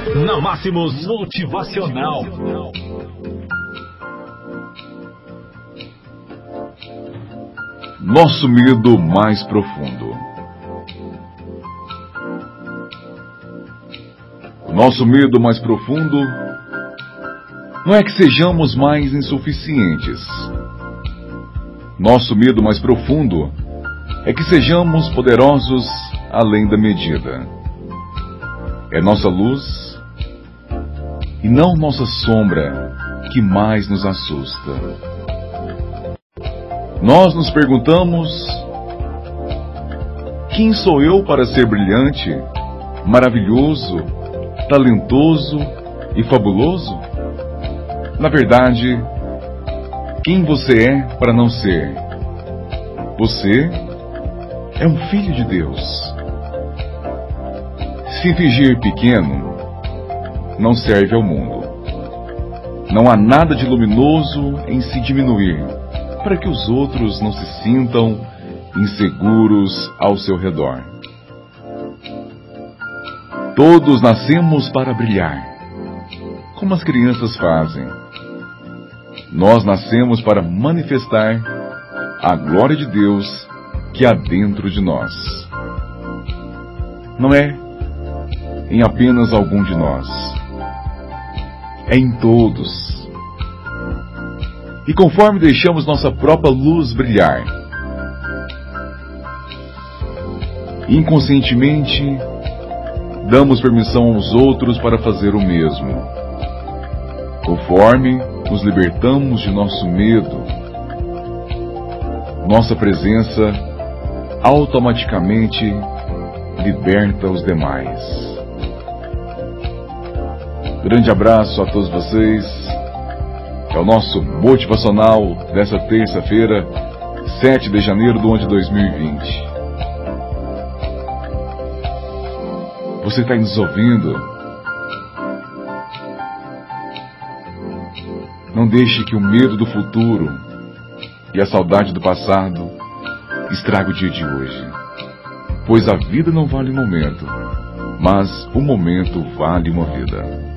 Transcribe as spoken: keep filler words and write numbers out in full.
Na Máximos Motivacional. Nosso medo mais profundo. O nosso medo mais profundo não é que sejamos mais insuficientes. Nosso medo mais profundo é que sejamos poderosos além da medida. É nossa luz e não nossa sombra que mais nos assusta. Nós nos perguntamos: quem sou eu para ser brilhante, maravilhoso, talentoso e fabuloso? Na verdade, quem você é para não ser? Você é um filho de Deus. Se fingir pequeno, não serve ao mundo. Não há nada de luminoso em se diminuir, para que os outros não se sintam inseguros ao seu redor. Todos nascemos para brilhar, como as crianças fazem. Nós nascemos para manifestar a glória de Deus que há dentro de nós. Não é em apenas algum de nós, é em todos. E conforme deixamos nossa própria luz brilhar, inconscientemente damos permissão aos outros para fazer o mesmo. Conforme nos libertamos de nosso medo, nossa presença automaticamente liberta os demais. Grande abraço a todos vocês. É o nosso motivacional dessa terça-feira, sete de janeiro do ano de dois mil e vinte. Você está nos ouvindo? Não deixe que o medo do futuro e a saudade do passado estrague o dia de hoje, pois a vida não vale um momento, mas o momento vale uma vida.